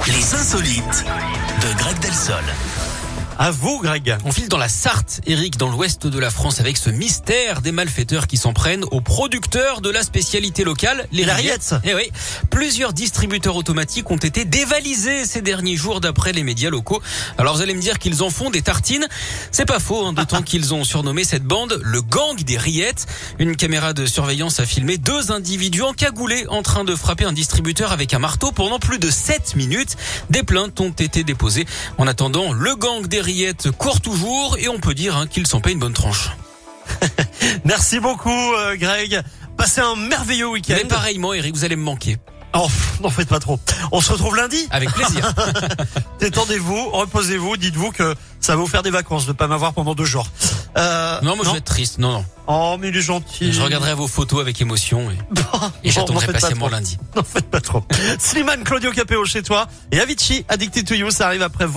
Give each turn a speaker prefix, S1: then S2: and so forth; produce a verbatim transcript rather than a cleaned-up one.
S1: Les insolites de Greg Delsol.
S2: À vous, Greg.
S3: On file dans la Sarthe, Eric, dans l'ouest de la France, avec ce mystère des malfaiteurs qui s'en prennent aux producteurs de la spécialité locale, les
S2: La
S3: rillettes.
S2: rillette.
S3: Eh oui, plusieurs distributeurs automatiques ont été dévalisés ces derniers jours d'après les médias locaux. Alors vous allez me dire qu'ils en font des tartines. C'est pas faux, hein, d'autant qu'ils ont surnommé cette bande le gang des rillettes. Une caméra de surveillance a filmé deux individus encagoulés en train de frapper un distributeur avec un marteau pendant plus de sept minutes. Des plaintes ont été déposées. En attendant, le gang des rillettes court toujours et on peut dire hein, qu'il s'en paye une bonne tranche.
S2: Merci beaucoup, euh, Greg. Passez un merveilleux week-end.
S3: Mais pareillement, Eric, vous allez me manquer.
S2: Oh, n'en faites pas trop. On se retrouve lundi.
S3: Avec plaisir.
S2: Détendez-vous, reposez-vous, dites-vous que ça va vous faire des vacances de pas m'avoir pendant deux jours. Euh,
S3: Non, moi je vais être triste. Non, non.
S2: Oh, mais il est gentil.
S3: Je regarderai vos photos avec émotion et, et
S2: Bon,
S3: j'attendrai
S2: n'en faites pas
S3: patiemment
S2: trop.
S3: lundi.
S2: N'en faites pas trop. Slimane, Claudio Capéo chez toi et Avicii, Addicted to You, ça arrive après vous.